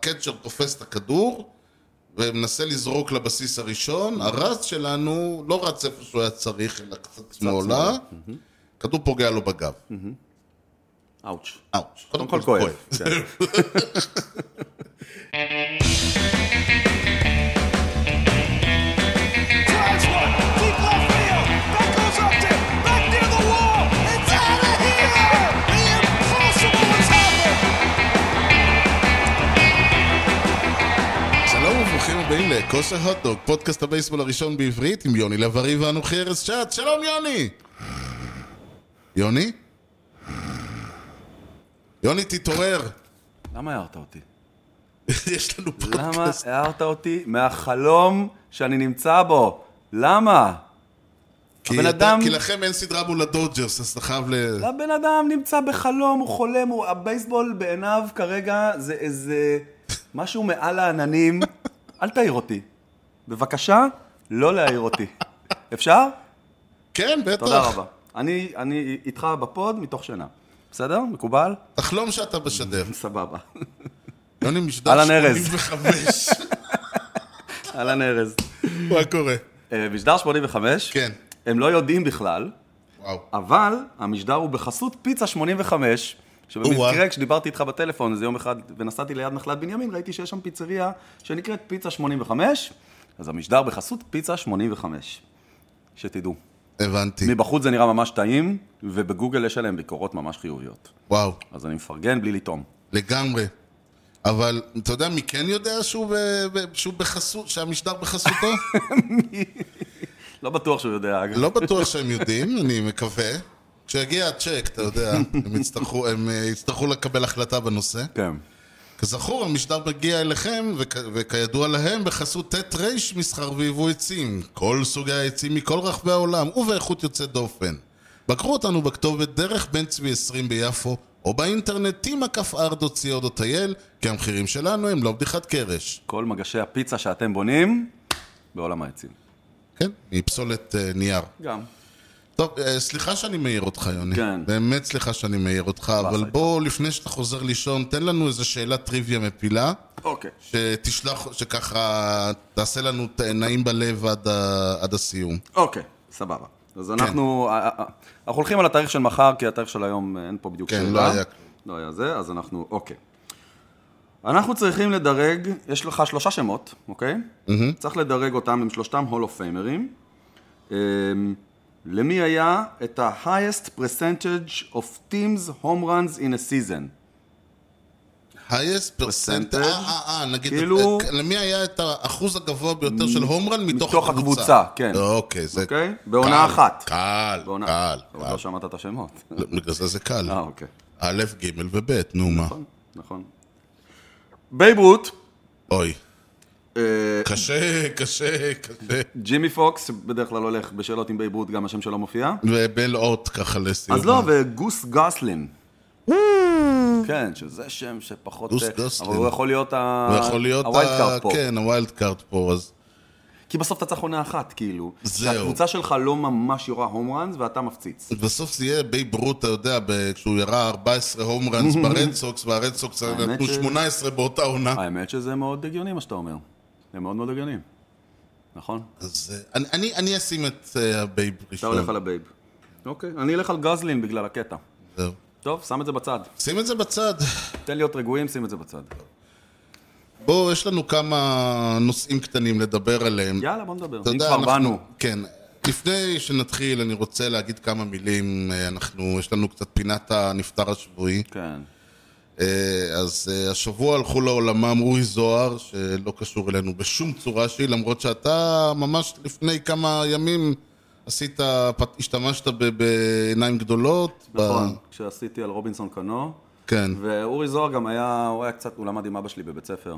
הקצ'ר תופס את הכדור, ומנסה לזרוק לבסיס הראשון, הרץ שלנו לא רץ איפה שהוא היה צריך, אלא קצת שמאלה, כדור פוגע לו בגב. אאוץ'. קודם כל כואב. ברוכים הבאים לכושר הוטדוג, פודקאסט הבייסבול הראשון בעברית עם יוני לב-ארי ואנוכי ארז שץ. שלום יוני! יוני? יוני, תתעורר. למה הערת אותי? יש לנו פודקאסט. למה הערת אותי מהחלום שאני נמצא בו? למה? כי לכם אין סדרה מול הדודג'רס, אז אתה חייב הבן אדם נמצא בחלום, הוא חולם, הבייסבול בעיניו כרגע זה איזה משהו מעל העננים. אל תעיר אותי. בבקשה, לא להעיר אותי. אפשר? כן, בטח. תודה רבה. אני איתך בפוד מתוך שינה. בסדר? מקובל? תחלום שאתה בשדר. סבבה. יוני משדר 85. אהלן ארז. מה קורה? משדר 85. כן. הם לא יודעים בכלל. וואו. אבל המשדר הוא בחסות פיצה 85. שבמקרה כשדיברתי איתך בטלפון איזה יום אחד ונסעתי ליד נחלת בנימין, ראיתי שיש שם פיצריה שנקראת פיצה 85, אז המשדר בחסות פיצה 85, שתדעו. הבנתי. מבחוץ זה נראה ממש טעים, ובגוגל יש עליהם ביקורות ממש חיוביות. וואו. אז אני מפרגן בלי לטעום. לגמרי. אבל אתה יודע מי כן יודע שהוא בחסות, שהמשדר בחסותו? לא בטוח שהוא יודע. לא בטוח שהם יודעים, אני מקווה. כשיגיע הצ'ק, אתה יודע, הם יצטרכו לקבל החלטה בנושא. כן. כזכור, המשדר מגיע אליכם, וכידוע להם, בחסות תת ריש מסחר ויבוא עצים. כל סוגי העצים מכל רחבי העולם, ובאיכות יוצאת דופן. בקרו אותנו בכתובת דרך בן צבי 20 ביפו, או באינטרנט tima.co.il, כי המחירים שלנו הם לא בדיחת קרש. כל מגשי הפיצה שאתם בונים, בעולם העצים. כן, מפסולת נייר. גם. טוב, סליחה שאני מעיר אותך, יוני. כן. באמת סליחה שאני מעיר אותך, אבל בוא, לפני שאתה חוזר לישון, תן לנו איזו שאלת טריוויה מפילה. אוקיי. שתשלח, שככה תעשה לנו נעים בלב עד הסיום. אוקיי, סבבה. אז אנחנו הולכים על התאריך של מחר, כי התאריך של היום אין פה בדיוק שאלה. כן, לא היה כלום. לא היה זה, אז אנחנו, אוקיי. אנחנו צריכים לדרג, יש לך 3 שמות, אוקיי? צריך לדרג אותם, הם 3 הול אוף פיימרים. למי היה את ה-highest percentage of teams home runs in a season? highest percentage? נגיד, כאילו... למי היה את האחוז הגבוה ביותר של הומרן מתוך הקבוצה? כן. אוקיי, זה... אוקיי? בעונה אחת. קל. לא שמעת את השמות. בגלל זה קל. אוקיי. א', ג' וב', נו מה. נכון. בייב רות. אוי. קשה. ג'ימי פוקס, בדרך כלל הולך בשאלות עם בייב רות, גם השם שלו מופיע. ובל אוט ככה לסיום. אז לא, וגוס גסלין. כן, שזה שם שפחות... גוס גסלין. אבל הוא יכול להיות הווילד קארד פה. כן, הווילד קארד פה, אז... כי בסוף אתה צריך עונה אחת, כאילו. זהו. שהקבוצה שלך לא ממש יורה הום ראנס, ואתה מפציץ. בסוף זה יהיה בייב רות, אתה יודע, כשהוא ירה 14 הום ראנס ברד סוקס, והרד סוקס נתנו 18 באותה עונה. האמת שזה מאוד הגיוני מה שאתה אומר. זה מאוד מאוד הגיוני. נכון? אז אני אשים את הבייב ראשון. אתה הולך על הבייב. אוקיי, אני אלך על גזלין בגלל הקטע. זהו. טוב, שם את זה בצד. שים את זה בצד. תן להיות רגועים, שים את זה בצד. בוא, יש לנו כמה נושאים קטנים לדבר עליהם. יאללה, בוא נדבר. אם כבר באנו. כן. לפני שנתחיל, אני רוצה להגיד כמה מילים. יש לנו קצת פינת הנפטר השבועי. כן. אז השבוע הלכו לעולמם אורי זוהר, שלא קשור אלינו בשום צורה שהיא, למרות שאתה ממש לפני כמה ימים השתמשת בעיניים גדולות. נכון, כשעשיתי על רובינסון קנו. כן. ואורי זוהר גם הוא למד עם אבא שלי בבית ספר.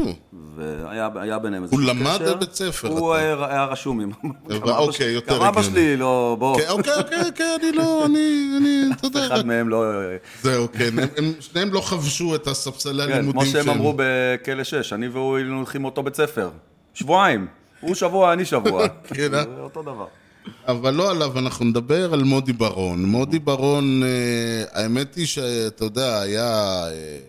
והיה ביניהם איזה קשר. הוא למד בבית ספר? הוא היה רשום עם אוקיי, יותר הגיוני. גם אבא שלי לא, בוא. אוקיי, אני, אתה יודע. אחד מהם לא... זהו, כן, שניהם לא חבשו את הספסלי הלימודים כמו שהם אמרו בכלא 6, אני והוא היינו הולכים אותו בית ספר. שבועיים. הוא שבוע, אני שבוע. כן, זה אותו דבר. אבל לא עליו, אנחנו נדבר על מודי ברון. מודי ברון, האמת היא שאתה יודע,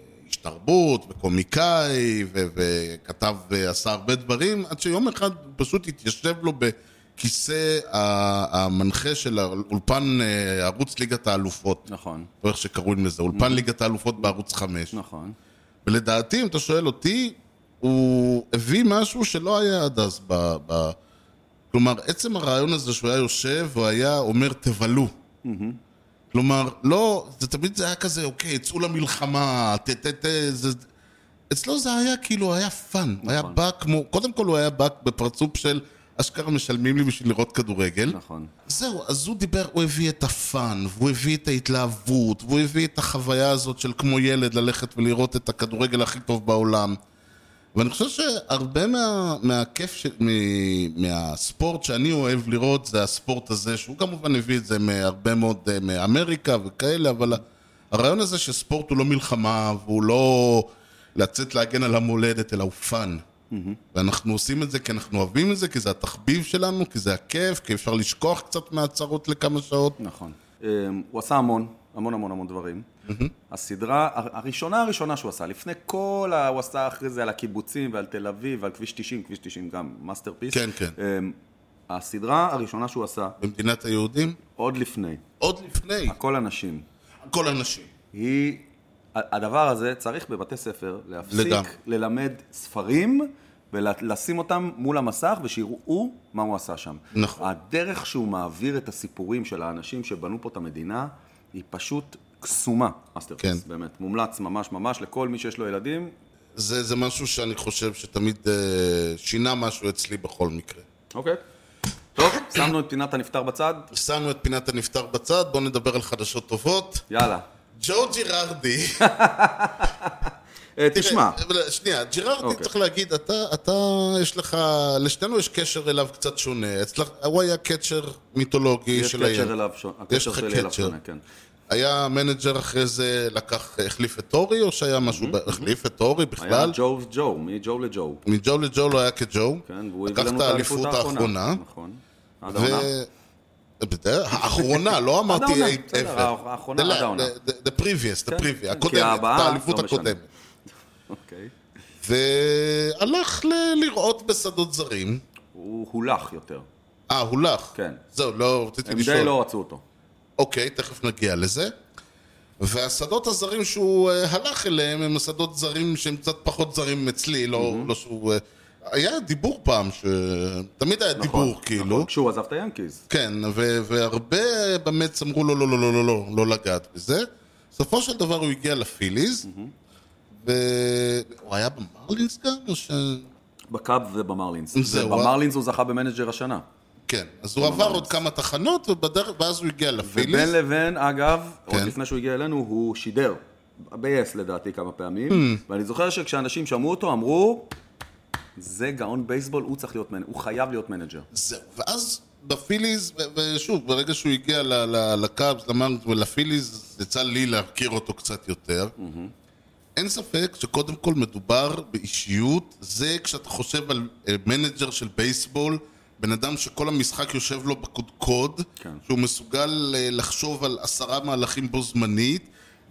תרבות וקומיקאי וכתב ועשה הרבה דברים, עד שיום אחד פשוט התיישב לו בכיסא המנחה של אולפן ערוץ ליגת האלופות. נכון. או איך שקראו לזה, אולפן ליגת האלופות בערוץ 5. נכון. ולדעתי, אם אתה שואל אותי, הוא הביא משהו שלא היה עד אז כלומר, עצם הרעיון הזה שהוא היה יושב, הוא היה אומר, תבלו. כלומר, לא, זה תמיד זה היה כזה, אוקיי, יצאו למלחמה, אצלו זה היה כאילו, היה פאן. היה בא כמו, קודם כל הוא היה בא בפרצוף של, אשכרה משלמים לי בשביל לראות כדורגל. נכון. זהו, אז הוא דיבר, הוא הביא את הפאן, והוא הביא את ההתלהבות, והוא הביא את החוויה הזאת של כמו ילד ללכת ולראות את הכדורגל הכי טוב בעולם. ואני חושב שהרבה מהכיף, מהספורט שאני אוהב לראות זה הספורט הזה, שהוא כמובן הביא את זה מהרבה מאוד מאמריקה וכאלה, אבל הרעיון הזה שספורט הוא לא מלחמה, והוא לא לצאת להגן על המולדת, אלא הוא פאן. ואנחנו עושים את זה כי אנחנו אוהבים את זה, כי זה התחביב שלנו, כי זה הכיף, כי אפשר לשכוח קצת מהצרות לכמה שעות. נכון. הוא עשה המון דברים. הסדרה הראשונה שהוא עשה, לפני כל הוא עשה אחרי זה על הקיבוצים ועל תל אביב ועל כביש 90, כביש 90 גם מאסטרפיס. כן, כן. הסדרה הראשונה שהוא עשה, במדינת היהודים? עוד לפני. עוד לפני. הכל אנשים. הכל אנשים. הדבר הזה צריך בבתי ספר להפסיק לגמרי. ללמד ספרים ולשים אותם מול המסך ושיראו מה הוא עשה שם. נכון. הדרך שהוא מעביר את הסיפורים של האנשים שבנו פה את המדינה היא פשוט קסומה, מאסטרפיס, כן. באמת. מומלץ ממש לכל מי שיש לו ילדים. זה משהו שאני חושב שתמיד שינה משהו אצלי בכל מקרה. אוקיי. טוב, שמנו את פינת הנפטר בצד. שמנו את פינת הנפטר בצד, בואו נדבר על חדשות טובות. יאללה. ג'ו ג'ירארדי. תשמע. שנייה, ג'ירארדי צריך להגיד, אתה, יש לך, לשנינו יש קשר אליו קצת שונה. הוא היה קצ'ר מיתולוגי של הילד. יש קשר אליו שונה. יש לך קצ'ר. היה מנג'ר אחרי זה החליף את אורי, או שהיה משהו, החליף את אורי בכלל? היה ג'ו, מג'ו לג'ו. מג'ו לג'ו לא היה כג'ו. כן, והוא הביא לנו את האליפות האחרונה. נכון. עד העונה. האחרונה, לא אמרתי ever. האחרונה עד העונה. The previous, הקודמת, את האליפות הקודמת. אוקיי. והלך לראות בשדות זרים. הוא הולך יותר. הולך? כן. זהו, לא רציתי לשאול. הם די לא רצו אותו. אוקיי, תכף נגיע לזה. והשדות הזרים שהוא הלך אליהם הם השדות זרים שהם קצת פחות זרים אצלי, לא שהוא... היה דיבור פעם, תמיד היה דיבור כאילו. נכון, כשהוא עזב את היאנקיז. כן, והרבה במץ אמרו לו לא לגעת בזה. בסופו של דבר הוא הגיע לפיליז, והוא היה במרלינס גם או ש... בקאב ובמרלינס. במרלינס הוא זכה במנג'ר השנה. כן, אז הוא עבר עוד כמה תחנות, ואז הוא הגיע לפיליז. ובין לבין, אגב, עוד לפני שהוא הגיע אלינו, הוא שידר. ב-yes לדעתי כמה פעמים. ואני זוכר שכשאנשים שמעו אותו, אמרו, זה גאון בייסבול, הוא צריך להיות מנג'ר, הוא חייב להיות מנג'ר. זהו, ואז בפיליז, ושוב, ברגע שהוא הגיע לקאבס, לפיליז, יצא לי להכיר אותו קצת יותר. אין ספק שקודם כל מדובר באישיות, זה כשאתה חושב על מנג'ר של בייסבול, בן אדם שכל המשחק יושב לו בקודקוד, שהוא מסוגל לחשוב על 10 מהלכים בו זמנית,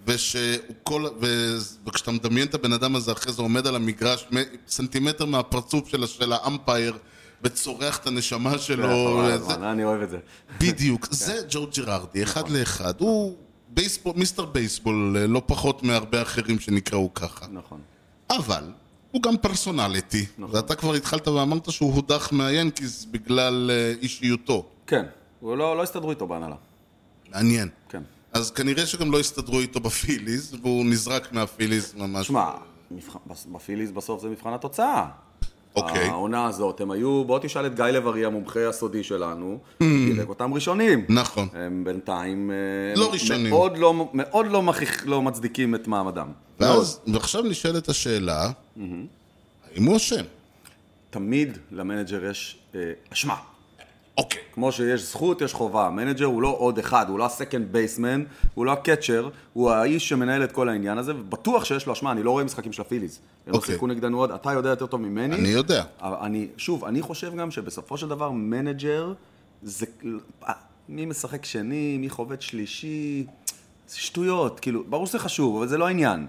וכשאתה מדמיין את הבן אדם הזה אחרי זה עומד על המגרש סנטימטר מהפרצוף של האמפייר וצורח את הנשמה שלו. אני אוהב את זה. בדיוק, זה ג'ו ג'ירארדי, אחד לאחד. הוא מיסטר בייסבול, לא פחות מהרבה אחרים שנקראו ככה. נכון. אבל הוא גם פרסונליטי, ואתה כבר התחלת ואמרת שהוא הודח מהיאנקיז בגלל אישיותו. כן, לא הסתדרו איתו בהנהלה. מעניין. כן. אז כנראה שגם לא הסתדרו איתו בפיליז, והוא נזרק מהפיליז ממש. תשמע, בפיליז בסוף זה מבחן התוצאה. אוקיי. העונה הזאת, הם היו, בוא תשאל את גיא לב-ארי, המומחה הסודי שלנו, דילג אותם ראשונים. נכון. הם בינתיים לא ראשונים. מאוד לא מצדיקים את מעמדם. ועכשיו נשאלת השאלה, האם הוא אשם? תמיד למנג'ר יש אשמה. אוקיי. כמו שיש זכות, יש חובה. המנג'ר הוא לא עוד אחד, הוא לא הסקנד בייסמן, הוא לא הקצ'ר, הוא האיש שמנהל את כל העניין הזה, ובטוח שיש לו אשמה, אני לא רואה משחקים של הפיליז. הם לא שיחקו נגדנו עוד, אתה יודע יותר טוב ממני. אני יודע. שוב, אני חושב גם שבסופו של דבר מנג'ר, זה מי משחק שני, מי חובט שלישי, זה שטויות, כאילו, ברור שזה חשוב, אבל זה לא העניין.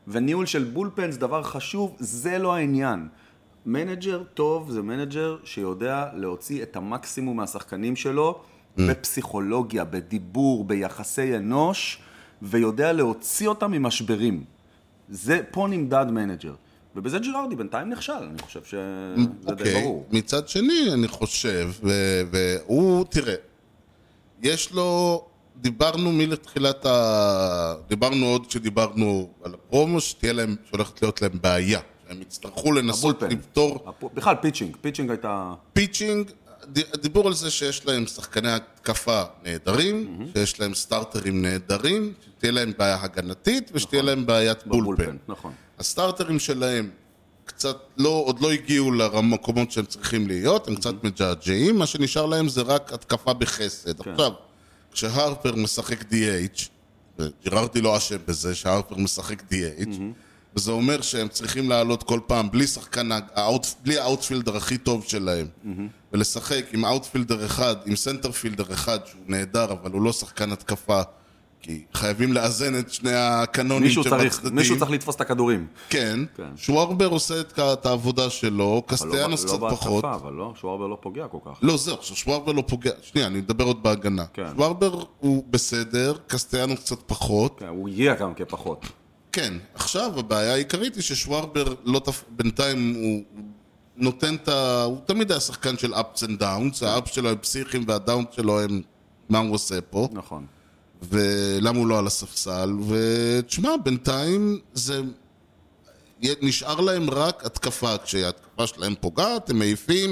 וניהול של בולפן זה דבר חשוב, זה לא העניין. מנג'ר טוב זה מנג'ר שיודע להוציא את המקסימום מהשחקנים שלו, בפסיכולוגיה, בדיבור, ביחסי אנוש, ויודע להוציא אותם ממשברים. זה פה נמדד מנג'ר. ובזה ג'ירארדי בינתיים נכשל, אני חושב שזה די ברור. מצד שני, אני חושב, והוא, תראה, יש לו, דיברנו מלתחילת דיברנו עוד כשדיברנו על הפרומו, שהולכת להיות להם בעיה. הם יצטרכו לנסות לפתור... בכלל, פיצ'ינג הייתה... פיצ'ינג, דיבור על זה שיש להם שחקני התקפה נהדרים, שיש להם סטארטרים נהדרים, שתהיה להם בעיה הגנתית ושתהיה להם בעיית בולפן. נכון. הסטארטרים שלהם קצת עוד לא הגיעו למקומות שהם צריכים להיות, הם קצת מג'עג'עים, מה שנשאר להם זה רק התקפה בחסד. עכשיו, כשהרפר משחק DH, וג'ירארדי לא אשם בזה שהרפר משחק DH, וזה אומר שהם צריכים לעלות כל פעם בלי שחקן, בלי האוטפילדר הכי טוב שלהם, ולשחק עם האוטפילדר אחד, עם סנטרפילדר אחד שהוא נהדר, אבל הוא לא שחקן התקפה, כי חייבים לאזן את שני הקנונים שבצדדים. מישהו צריך לתפוס את הכדורים. כן, שווארבר עושה את העבודה שלו, קסטיאנוס קצת פחות. לא בהתקפה, אבל לא, שווארבר לא פוגע כל כך. לא, זהו, שווארבר לא פוגע. שנייה, אני מדבר עוד בהגנה. שווארבר הוא בסדר, קסטיאנוס קצת פחות. הוא יהיה גם כפחות. כן, עכשיו הבעיה העיקרית היא ששווארבר בינתיים הוא נותן הוא תמיד היה שחקן של ups and downs, האפס שלו הם פסיכיים והדאונס שלו הם מה הוא עושה פה. נכון. ולמה הוא לא על הספסל, ותשמע, בינתיים זה נשאר להם רק התקפה, כשההתקפה שלהם פוגעת, הם מעיפים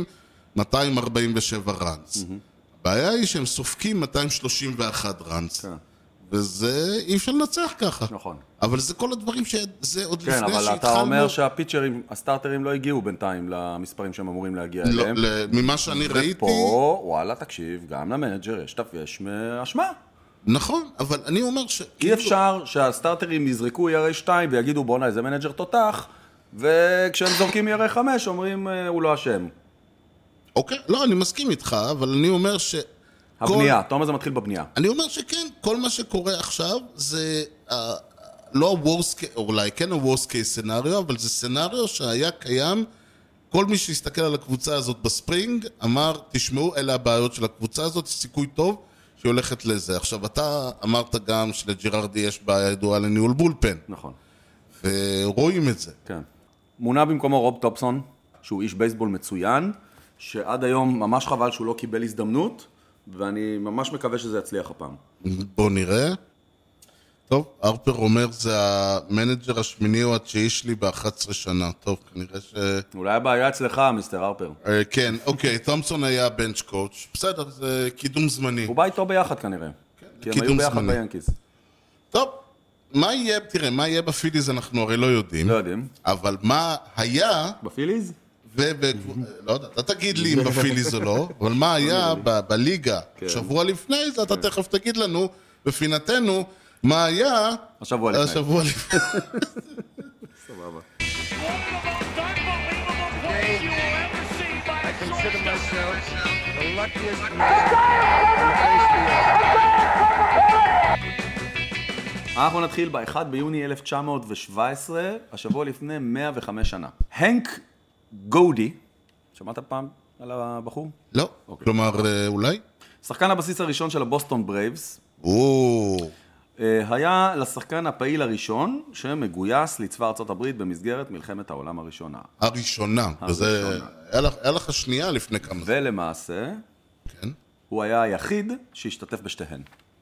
247 רנס. הבעיה היא שהם סופקים 231 רנס. וזה אי אפשר לנצח ככה. נכון. אבל זה כל הדברים שזה עוד לפני שהתחלנו... שהתחלנו... כן, אבל אתה אומר שהפיצ'רים, הסטארטרים לא הגיעו בינתיים למספרים שהם אמורים להגיע אליהם. ממה שאני ראיתי... ופה, וואלה, תקשיב, גם למנג'ר יש מאשמה. נכון, אבל אני אומר ש... אי אפשר שהסטארטרים יזרקו ERA 2 ויגידו בוא'נה, איזה מנג'ר תותח, וכשהם זורקים ERA 5 אומרים הוא לא אשם. אוקיי, לא, אני מסכים איתך, אבל אני אומר ש... הבנייה, אתה אומר זה מתחיל בבנייה. אני אומר שכן, כל מה שקורה עכשיו זה לא ה-worst case, אולי כן ה-worst case סנריו, אבל זה סנריו שהיה קיים, כל מי שהסתכל על הקבוצה הזאת בספרינג, אמר, תשמעו, אלה הבעיות של הקבוצה הזאת, יש סיכוי טוב שהיא הולכת לזה. עכשיו, אתה אמרת גם שלג'ירארדי יש בעיה ידועה לניהול בולפן. נכון. ורואים את זה. כן. מונה במקומו רוב טופסון, שהוא איש בייסבול מצוין, שעד היום ממש חבל שהוא לא קיבל הזדמנות, ואני ממש מקווה שזה יצליח הפעם. בוא נראה. טוב, הרפר אומר זה המנג'ר השמיני או התשיעי שלי ב-11 שנה. טוב, כנראה ש... אולי הבעיה אצלך, מיסטר הרפר. כן, אוקיי, תומפסון היה בנץ' קואוץ'. בסדר, זה קידום זמני. הוא בא איתו ביחד כנראה. כי הם היו ביחד ביאנקיז. טוב, מה יהיה, תראה, מה יהיה בפיליז אנחנו הרי לא יודעים. לא יודעים. אבל מה היה... בפיליז? לא יודע, אתה תגיד לי אם בפיליז או לא, אבל מה היה בליגה שבוע לפני זה, אתה תכף תגיד לנו, בפינתנו, מה היה השבוע לפני. סבבה. אנחנו נתחיל ב-1 ביוני 1917, השבוע לפני 105 שנה. הנק גודי, שמעת פעם על הבחור? לא, כלומר אולי? שחקן הבסיס הראשון של הבוסטון ברייבס. היה לשחקן הפעיל הראשון שמגויס לצבא ארצות הברית במסגרת מלחמת העולם הראשונה. הראשונה. וזה היה לך שנייה לפני כמה זמן. ולמעשה, הוא היה היחיד שהשתתף בשתיהן.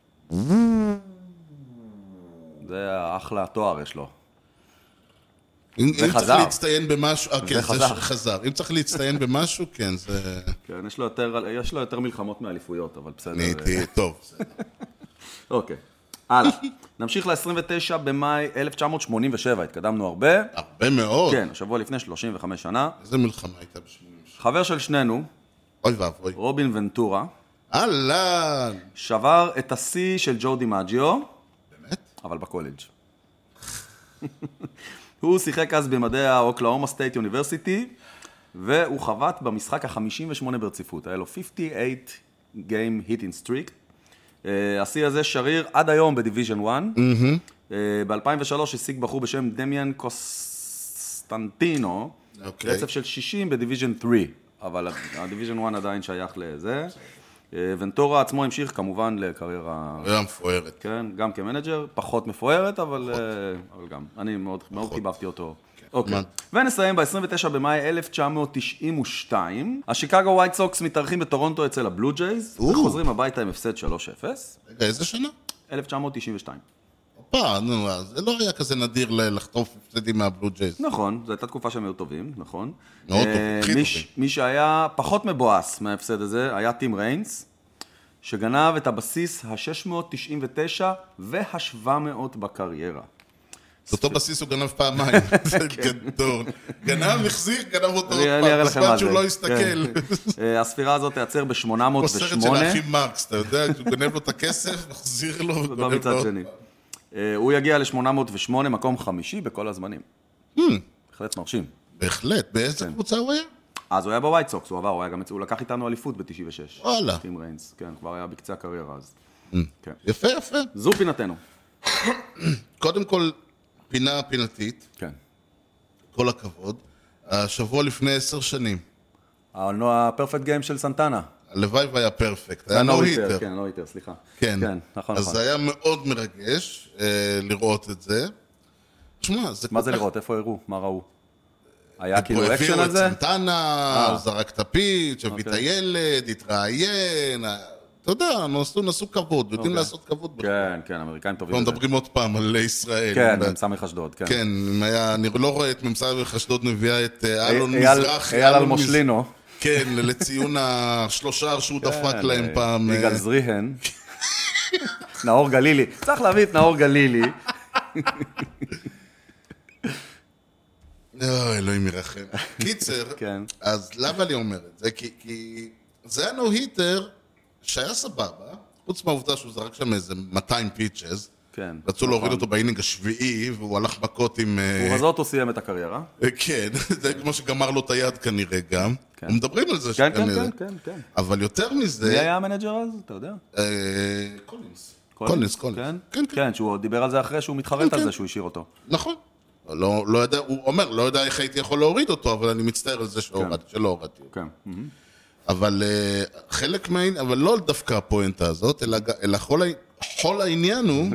זה אחלה תואר יש לו. אם צריך להצטיין במשהו, כן, זה חזר. אם צריך להצטיין במשהו, כן, זה... כן, יש לו יותר מלחמות מאליפויות, אבל בסדר. נהייתי טוב. אוקיי, הלאה. נמשיך ל-29 במאי 1987, התקדמנו הרבה. הרבה מאוד. כן, השבוע לפני 35 שנה. איזה מלחמה הייתה ב-87? חבר של שנינו, אוי ואבוי. רובין ונטורה. אהלן. שבר את השיא של ג'ו דימג'יו. באמת? אבל בקולג'. הוא שיחק אז במדעי האוקלהומה סטייט יוניברסיטי, והוא חבט במשחק ה-58 ברציפות. היה לו 58 Game Hitting Streak. השיא הזה שריר עד היום בדיוויז'ן 1, ב-2003 השיג בחור בשם דמיאן קוסטנטינו, רצף של 60 בדיוויז'ן 3, אבל הדיוויז'ן 1 עדיין שייך לזה. ונטורה עצמו המשיך כמובן לקריירה... מפוארת. כן, גם כמנג'ר, פחות מפוארת, אבל גם. אני מאוד חיבבתי אותו. אוקיי. ונסיים ב-29 במאי 1992. השיקגו ווייט סוקס מתארחים בטורונטו אצל הבלו ג'ייז, וחוזרים הביתה עם הפסד 3-0. רגע, איזה שנה? 1992. נו, זה לא היה כזה נדיר לחטוף הפסדים מהבלו ג'ייז. נכון, זו הייתה תקופה שהם היו טובים, נכון. מאוד טובים, הכי טובים. מי שהיה פחות מבואס מההפסד הזה, היה טים ריינס, שגנב את הבסיס ה-699 וה-700 בקריירה. אותו בסיס הוא גנב פעמיים, זה גדול. גנב, החזיר, גנב אותו עוד פעם, בזמן שהוא לא יסתכל. הספירה הזאת תיעצר ב-808. כמו סרט של האחים מרקס, אתה יודע, הוא גנב לו את הכסף, מחזיר לו, גנב לו עוד פעם. הוא יגיע ל-808, מקום 5 בכל הזמנים. בהחלט מרשים. בהחלט, באיזה קבוצה הוא היה? אז הוא היה בווייט סוקס, הוא לקח איתנו אליפות ב-96. וואלה. טים ריינס, כן, כבר היה בקצה הקריירה אז. יפה, יפה. זו פינתנו. קודם כל, פינתית. כן. כל הכבוד. השבוע לפני 10 שנים. הפרפקט גיים של סנטנה. הלוואי והיה פרפקט. היה נו היטר. כן, נו היטר, סליחה. כן. נכון. אז זה היה מאוד מרגש לראות את זה. תשמע, זה... מה זה לראות? איפה הראו? מה ראו? היה כאילו אקשן על זה? הביאו את סנטנה, הוא זרק את הפיץ', הביא את הילד, התראיין, אתה יודע, נסו כבוד, יודעים לעשות כבוד. כן, אמריקאים טובים. לא מדברים עוד פעם על ישראל. כן, ממסמך אשדוד, כן. כן, אני לא רואה את ממסמך אשדוד מביאה את אלון מזרחי. אייל אלמושלינו. כן, לציון השלושה שהוא דפק להם פעם. יגאל זריהן. נאור גלילי. צריך להביא את נאור גלילי. אלוהים ירחם. קיצר, אז למה אני אומר את זה? כי זה היה נו היטר שהיה סבבה, חוץ מהעובדה שהוא זרק שם איזה 200 פיצ'ז, רצו להוריד אותו באינינג השביעי, והוא הלך מכות עם... ובזאת הוא סיים את הקריירה. כן, זה כמו שגמר לו את היד כנראה גם. מדברים על זה שכנראה. כן. אבל יותר מזה... מי היה המנג'ר אז, אתה יודע? קולינס. כן, שהוא דיבר על זה אחרי שהוא מתחרט על זה שהוא השאיר אותו. נכון. לא יודע, הוא אומר, לא יודע איך הייתי יכול להוריד אותו, אבל אני מצטער על זה שלא הורדתי אותו. אבל חלק מהעניין, אבל לא דווקא הפואנטה הזאת, אלא כל העניין הוא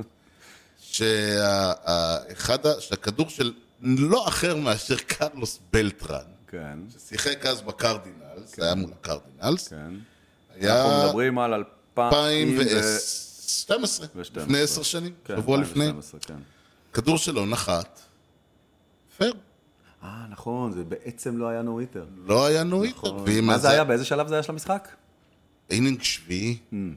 שהכדור של לא אחר מאשר קרלוס בלטרן, ששיחק אז בקרדינלס, זה היה מול הקרדינלס, אנחנו מדברים על 2012, לפני 10 שנים, שבוע לפני, כדור שלו נחת, פייר. נכון, זה בעצם לא היה נו היטר. לא היה נו היטר. מה זה היה? באיזה שלב זה היה של המשחק? אינינג שביעי.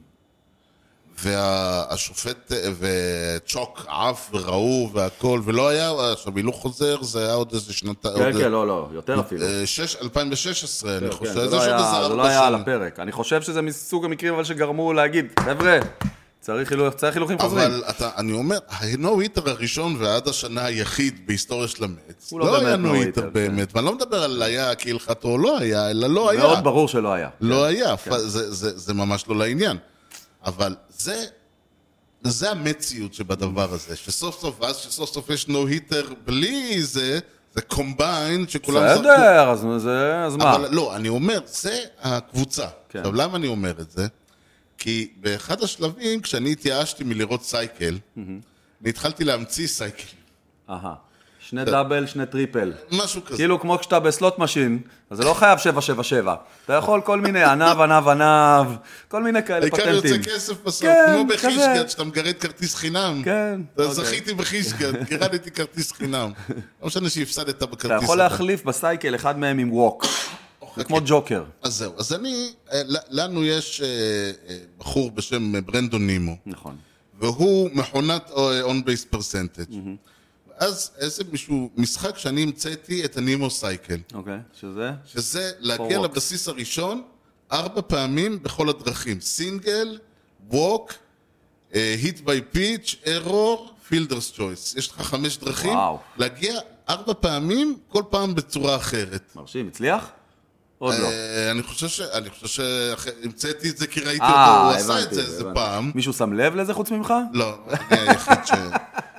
והשופט וצ'וק עף וראו והכל, ולא היה, עכשיו הילוך חוזר, זה היה עוד איזה שנתיים. כן, לא, יותר אפילו. 2016, אני חושב. זה לא היה על הפרק. אני חושב שזה מסוג המקרים אבל שגרמו להגיד, חבר'ה, צריך הילוכים חוזרים. אבל אני אומר, הנו היטר הראשון ועד השנה היחיד בהיסטוריה של המץ, לא היה נו היטר באמת, ואני לא מדבר על היה כהלכתו או לא היה, אלא לא היה. מאוד ברור שלא היה. לא היה, זה ממש לא לעניין. אבל זה המציאות שבדבר הזה, שסוף סוף יש נו היטר בלי זה קומביין שכולם זרקו. בסדר, אז מה? אבל לא, אני אומר, זה הקבוצה. עכשיו, למה אני אומר את זה? כי באחד השלבים, כשאני התייאשתי מלראות סייקל, אני התחלתי להמציא סייקל. שני דאבל, שני טריפל. משהו כזה. כאילו כמו כשאתה בסלוט משין, אז זה לא חייב 777. אתה יכול כל מיני ענב, כל מיני כאלה פטנטים. העיקר יוצא כסף בסוף, כמו בחישגת, שאתה מגרד כרטיס חינם. כן. זכיתי בחישגת, גרדתי כרטיס חינם. לא משנה שהפסדת בכרטיס. אתה יכול להחליף בסייקל אחד מהם עם ווק. זה כמו ג'וקר. אז זהו, אז לנו יש בחור בשם ברנדון נימו. נכון. והוא מכונת on-base percentage. אז איזה משחק שאני המצאתי את הנימו סייקל. אוקיי, שזה? שזה להגיע לבסיס הראשון 4 פעמים בכל הדרכים. סינגל, ווק, hit by pitch, error, fielder's choice. יש לך 5 דרכים. להגיע 4 פעמים, כל פעם בצורה אחרת. מרשים, הצליח? עוד לא. אני חושב שהמצאתי את זה כי ראיתי אותו, הוא עשה את זה איזה פעם. מישהו שם לב לזה חוץ ממך? לא, אני היחיד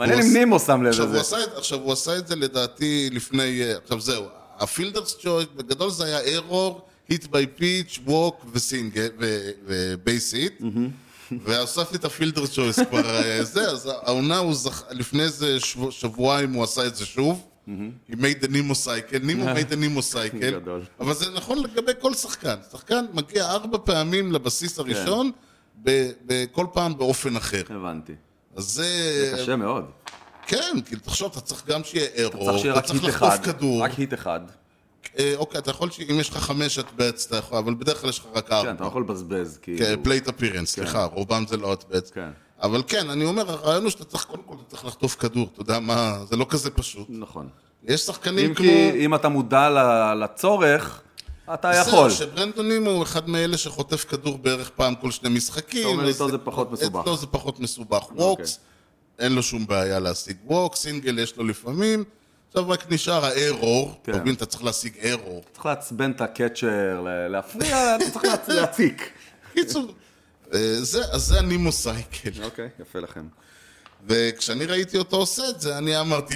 מעניין אם נימו שם לב לזה. עכשיו הוא עשה את זה לדעתי לפני, עכשיו זהו, הפילדרס צ'ויס, בגדול זה היה ארור, hit by pitch, walk וסינגל, ובייס היט, והוספתי את הפילדרס צ'ויס כבר זה, אז העונה הוא לפני איזה שבועיים הוא עשה את זה שוב, he made the Nemo cycle, נימו made the Nemo cycle, אבל זה נכון לגבי כל שחקן, שחקן מגיע 4 פעמים לבסיס הראשון, בכל פעם באופן אחר. הבנתי. אז זה קשה מאוד. כן, כי תחשוב, אתה צריך גם שיהיה ארור, אתה צריך לחטוף כדור. רק היט אחד. אוקיי, אתה יכול שאם יש לך 5 אטבץ, אתה יכול, אבל בדרך כלל יש לך רק 4. כן, אתה לא יכול לבזבז. כן, פלייט אפירנס, סליחה, רובם זה לא אטבץ. כן. אבל כן, אני אומר, הרעיון הוא שאתה צריך, קודם כל, אתה צריך לחטוף כדור, אתה יודע מה, זה לא כזה פשוט. נכון. יש שחקנים כמו... אם אתה מודע לצורך, אתה יכול. זהו, שברנדון נימו הוא אחד מאלה שחוטף כדור בערך פעם כל 2 משחקים. אתה אומר איתו זה פחות מסובך. אצלו זה פחות מסובך. ווקס, אין לו שום בעיה להשיג ווקס, סינגל יש לו לפעמים. עכשיו רק נשאר הארור, תבין, אתה צריך להשיג ארור. צריך לעצבן את הקצ'ר, להפריע, אתה צריך להציק. קיצור, אז זה הנימו סייקל. אוקיי, יפה לכם. וכשאני ראיתי אותו עושה את זה, אני אמרתי,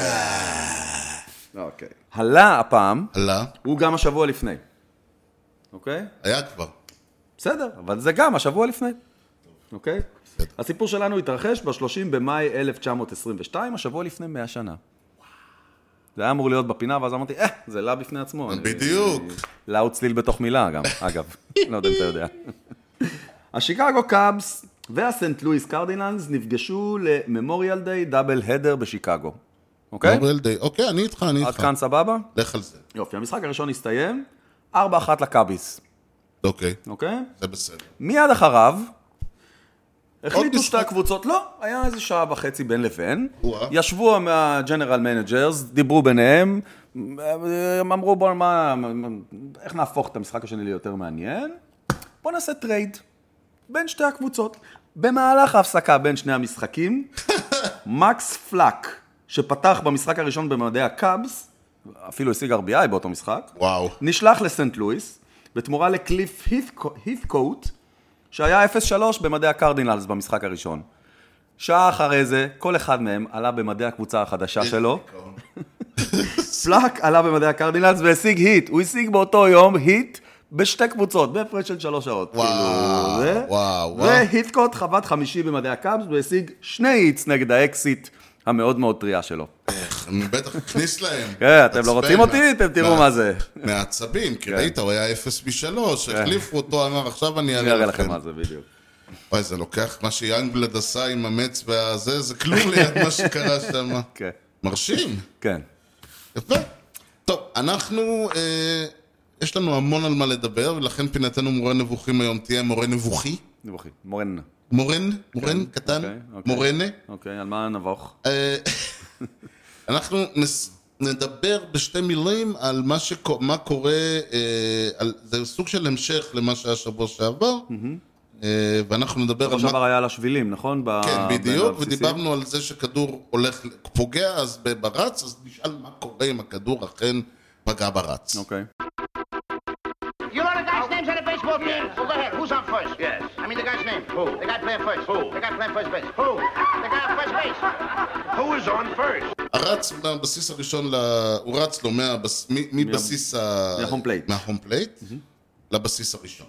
אוקיי. הלה הפעם, הלה? הוא גם השבוע לפני. אוקיי? היה כבר. בסדר, אבל זה גם השבוע לפני. אוקיי? הסיפור שלנו התרחש ב-30 במאי 1922, השבוע לפני 100 שנה. זה היה אמור להיות בפינה, ואז אמרתי, זה לה בפני עצמו. בדיוק. לה הוא צליל בתוך מילה גם, אגב. לא יודע אם אתה יודע. השיקגו קאבס והסנט לואיס קרדינלס נפגשו לממוריאל דיי דאבל הדר בשיקגו. אוקיי? ממוריאל דיי, אוקיי, אני איתך. עד כאן סבבה? לך על זה. יופי, המשחק הראשון הסתיים, 4-1 לקאביס. אוקיי. אוקיי? זה בסדר. מיד אחריו, החליטו שתי הקבוצות, לא, היה איזה שעה וחצי בין לבין, ישבו מהג'נרל מנג'רס, דיברו ביניהם, אמרו בואו, איך נהפוך את המשחק השני ליותר מעניין? בואו נעשה טרייד בין שתי הקבוצות. במהלך ההפסקה בין שני המשחקים, מקס פלאק, שפתח במשחק הראשון במדעי הקאבס, אפילו השיג RBI באותו משחק, וואו. נשלח לסנט לואיס, בתמורה לקליף הית'קוט, שהיה 0-3 במדעי הקרדינלס במשחק הראשון. שעה אחרי זה, כל אחד מהם עלה במדעי הקבוצה החדשה שלו. פלאק עלה במדעי הקרדינלס והשיג היט. הוא השיג באותו יום היט בשתי קבוצות, בהפרש של 3 שעות. וואו. והית'קוט חוות 5 במדעי הקאבס, והשיג 2 היטס נגד האקסיט המאוד מאוד טריה שלו. אני בטח הכניס להם. כן, אתם לא רוצים אותי? אתם תראו מה זה. מעצבים, כי ראית, הוא היה 0-3, החליפו אותו, אמר, עכשיו אני אראה לכם מה זה בדיוק. וואי, זה לוקח מה שיאנגבלד עשה עם המץ והזה, זה כלום ליד מה שקרה שם. כן. מרשים. כן. יפה. טוב, אנחנו, יש לנו המון על מה לדבר, ולכן פינתנו מורה נבוכים היום תהיה מורה נבוכי. נבוכי, מורן. מורן קטן, מורנה. אוקיי, על מה נבוך? אנחנו נדבר בשתי מילים על מה קורה, זה סוג של המשך למה שהיה שבוע שעבר, ואנחנו נדבר על... שעבר היה על השבילים, נכון? כן, בדיוק, ודיברנו על זה שכדור הולך, פוגע אז ברץ, אז נשאל מה קורה אם הכדור אכן פגע ברץ. אוקיי. You know the guy's names on the baseball team? Well, go ahead. Who's on first? Yes. I mean the guy's name. Who? The guy playing first. Who? The guy playing first base. Who? The guy on first base. Who is on first? הרץ בבסיס הראשון, הוא רץ לו מבסיס מההום פלייט. מההום פלייט לבסיס הראשון.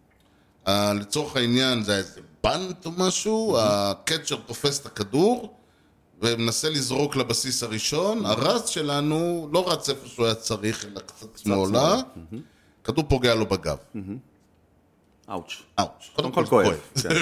לצורך העניין זה איזה בנט או משהו, הקצ'ר תופס את הכדור ומנסה לזרוק לבסיס הראשון. הרץ שלנו לא רץ איפה שהוא היה צריך, אלא קצת שמאלה. כדור פוגע לו בגב. אאוץ'. קודם כל כואב.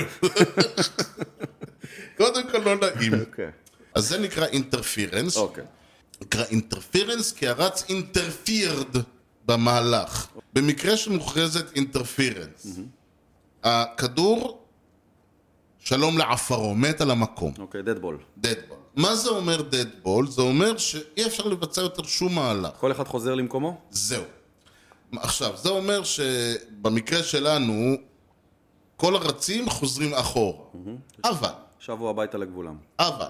קודם כל לא נעים. אז זה נקרא אינטרפירנס. נקרא אינטרפירנס כי הרץ אינטרפירד במהלך. במקרה שמוכרזת אינטרפירנס. הכדור, שלום לעפרו, מת על המקום. אוקיי, דדבול. מה זה אומר דדבול? זה אומר שאי אפשר לבצע יותר שום מהלך. כל אחד חוזר למקומו? זהו. עכשיו, זה אומר שבמקרה שלנו, כל הרצים חוזרים אחורה. אבל... שבוע הביתה לגבולם. אבל...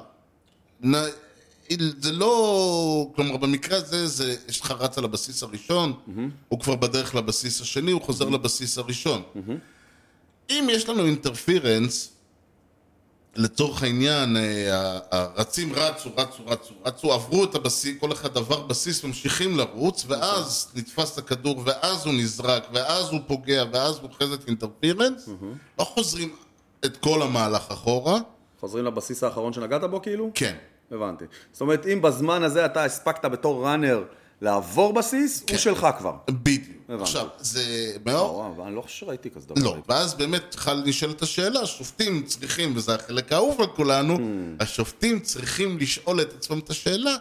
זה לא... כלומר, במקרה הזה, יש לך רץ על הבסיס הראשון, הוא כבר בדרך לבסיס השני, הוא חוזר לבסיס הראשון. אם יש לנו אינטרפירנס, לצורך העניין, הרצים רצו, עברו את הבסיס, כל אחד עבר בסיס, ממשיכים לרוץ, ואז נתפס הכדור, ואז הוא נזרק, ואז הוא פוגע, ואז הוא חזת אינטרפירנס, לא חוזרים את כל המהלך אחורה. חוזרים לבסיס האחרון שנגעת בו כאילו? כן. הבנתי. זאת אומרת, אם בזמן הזה אתה הספקת בתור ראנר לעבור בסיס, הוא שלך כבר. בדיוק. עכשיו, זה מאוד... אני לא חושב שראיתי כזה דבר. לא, ואז באמת נשאלת השאלה, השופטים צריכים, וזה החלק האהוב על כולנו, השופטים צריכים לשאול את עצמם את השאלה,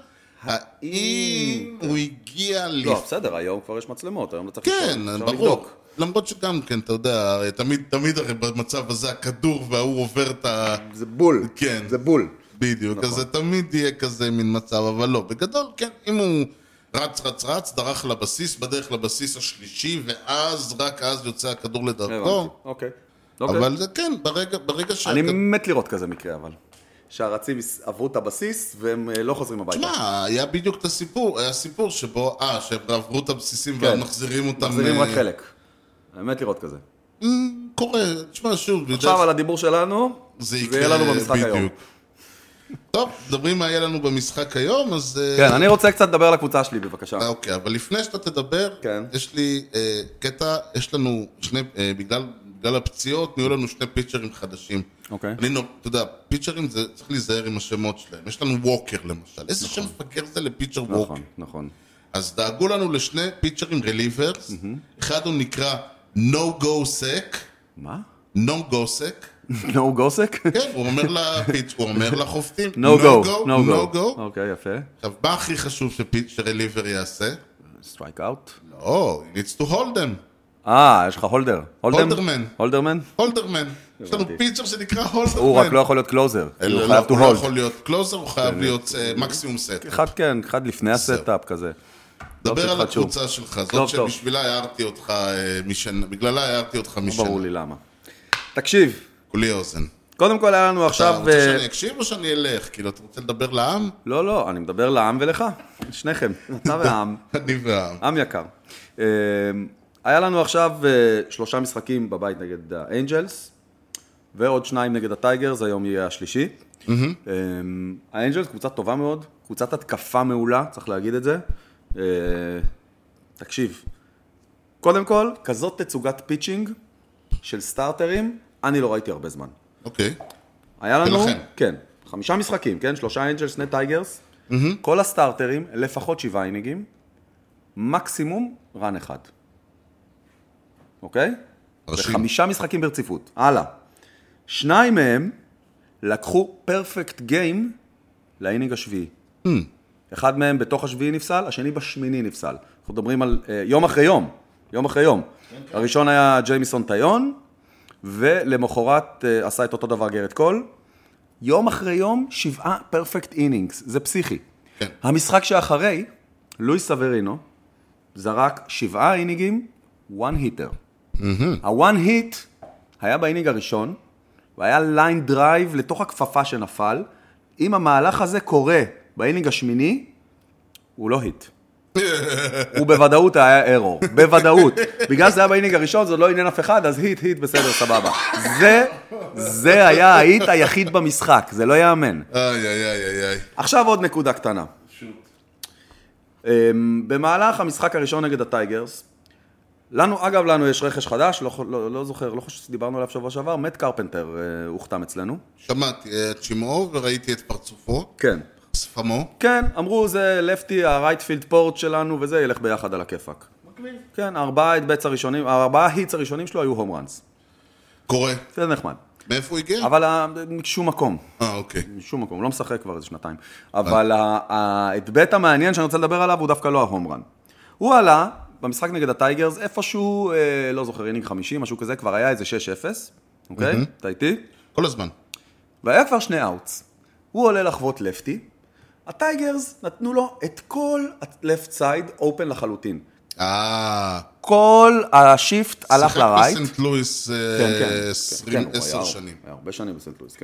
האם הוא הגיע... לא, בסדר, היום כבר יש מצלמות, היום לא צריך כן, ברור. למרות שגם כן, אתה יודע, תמיד הרי במצב הזה הכדור והוא עובר את ה... זה בול. כן. זה בול. בדיוק, אז זה תמיד יהיה כזה מין מצב, אבל לא. בגדול, כן, אם הוא רץ, דרך לבסיס, בדרך לבסיס השלישי, ואז, רק אז יוצא הכדור לדרכו. אוקיי. אבל זה כן, ברגע ש... אני מת לראות כזה מקרה, אבל. שהרצים עברו את הבסיס, והם לא חוזרים הביתה. תשמע, היה בדיוק את הסיפור, היה סיפור שבו, שהם עברו את הבסיסים ומחזירים אותם... מחזירים רק חלק. האמת לראות כזה. קורה, תשמע, שוב... עכשיו על הדיבור שלנו, זה יהיה לנו במשחק היום. טוב, מדברים מה יהיה לנו במשחק היום, אז... כן, אני רוצה קצת לדבר על הקבוצה שלי, בבקשה. אוקיי, אבל לפני שאתה תדבר, יש לי קטע, יש לנו בגלל הפציעות, נהיו לנו שני פיצ'רים חדשים. אוקיי. אתה יודע, פיצ'רים זה צריך להיזהר עם השמות שלהם. יש לנו ווקר למשל. איזה שם מפגר זה לפיצ'ר ווקר? נכון. אז דאגו לנו לשני פיצ'רים רליברס. אחד הוא נקרא No Go Sec. מה? No Go Sec. No Go Sec? כן, הוא אומר לחופטים. No Go. אוקיי, יפה. עכשיו, מה הכי חשוב שרליבר יעשה? Strike out? לא, he needs to hold them. יש לך הולדר. הולדרמן? הולדרמן. יש לנו פיצ'ר שנקרא הולדרמן. הוא רק לא יכול להיות קלוזר. הוא לא יכול להיות קלוזר, הוא חייב להיות מקסימום סט. אחד לפני הסטאפ כזה. דבר על הקבוצה שלך, זאת שבשבילה הערתי אותך בגללה הערתי אותך משנה. לא ברור לי למה. תקשיב. כולי אוזן. קודם כל היה לנו עכשיו... אתה רוצה שאני אקשיב או שאני אלך? כאילו, אתה רוצה לדבר לעם? לא, אני מדבר לעם ולך. שניכם. אתה והעם. אני והעם. עם יקר. היה לנו עכשיו 3 משחקים בבית נגד האנג'לס, ועוד 2 נגד הטייגרס, היום יהיה השלישי. האנג'לס קבוצה טובה מאוד, קבוצת התקפה מעולה, צריך להגיד את זה. תקשיב, קודם כל, כזאת תצוגת פיצ'ינג של סטארטרים, אני לא ראיתי הרבה זמן. אוקיי. היה לנו, ולכן? כן, 5 משחקים, כן? 3 אנג'לס, 2 טייגרס. כל הסטארטרים, לפחות 7 אינינגים, מקסימום רן אחד. אוקיי? ו5 משחקים ברציפות. הלאה. 2 מהם לקחו פרפקט גיים לאינינג השביעי. אחד מהם בתוך השביעי נפסל, השני בשמיני נפסל. אנחנו מדברים על יום אחרי יום. יום אחרי יום. הראשון היה ג'יימיסון טיון, ולמחרת עשה את אותו דבר גרד קול. יום אחרי יום, 7 פרפקט אינינגס. זה פסיכי. כן. המשחק שאחרי, לואיס סברינו, זרק 7 אינינגים, 1 היטר. ה-1 היט היה באינינג הראשון, והיה ליין דרייב לתוך הכפפה שנפל. אם המהלך הזה קורה באינינג השמיני, הוא לא היט. הוא בוודאות היה ארור. בוודאות. בגלל שזה היה באינינג הראשון, זה לא עניין אף אחד, אז היט, בסדר, סבבה. זה היה ההיט היחיד במשחק, זה לא יאמן. איי. עכשיו עוד נקודה קטנה. במהלך המשחק הראשון נגד הטייגרס, לנו יש רכש חדש, לא זוכר, לא חושב שדיברנו עליו שבוע שעבר, מאט קרפנטר הוחתם אצלנו. שמעתי את שמו וראיתי את פרצופו. כן. שפמו. כן, אמרו זה לפטי, הרייטפילד פורט שלנו, וזה ילך ביחד על הכיפק. מקליב. כן, 4 היטס הראשונים שלו היו הום ראנס. קורה. זה נחמד. מאיפה הוא הגיע? אבל משום מקום. אוקיי. משום מקום, לא משחק כבר איזה 2 אבל ההיבט המעניין שאני רוצה לדבר עליו הוא דווקא לא ההום רן. הוא עלה במשחק נגד הטייגרס, איפשהו, לא זוכר, אינינג 50, משהו כזה, כבר היה איזה 6-0, אוקיי? אתה איתי? כל הזמן. והיה כבר 2 אאוטס. הוא עולה לחוות לפטי, הטייגרס נתנו לו את כל ה-left side open לחלוטין. כל השיפט הלך לרייט. שיחק בסנט לואיס 10 שנים. היה הרבה שנים בסנט לואיס,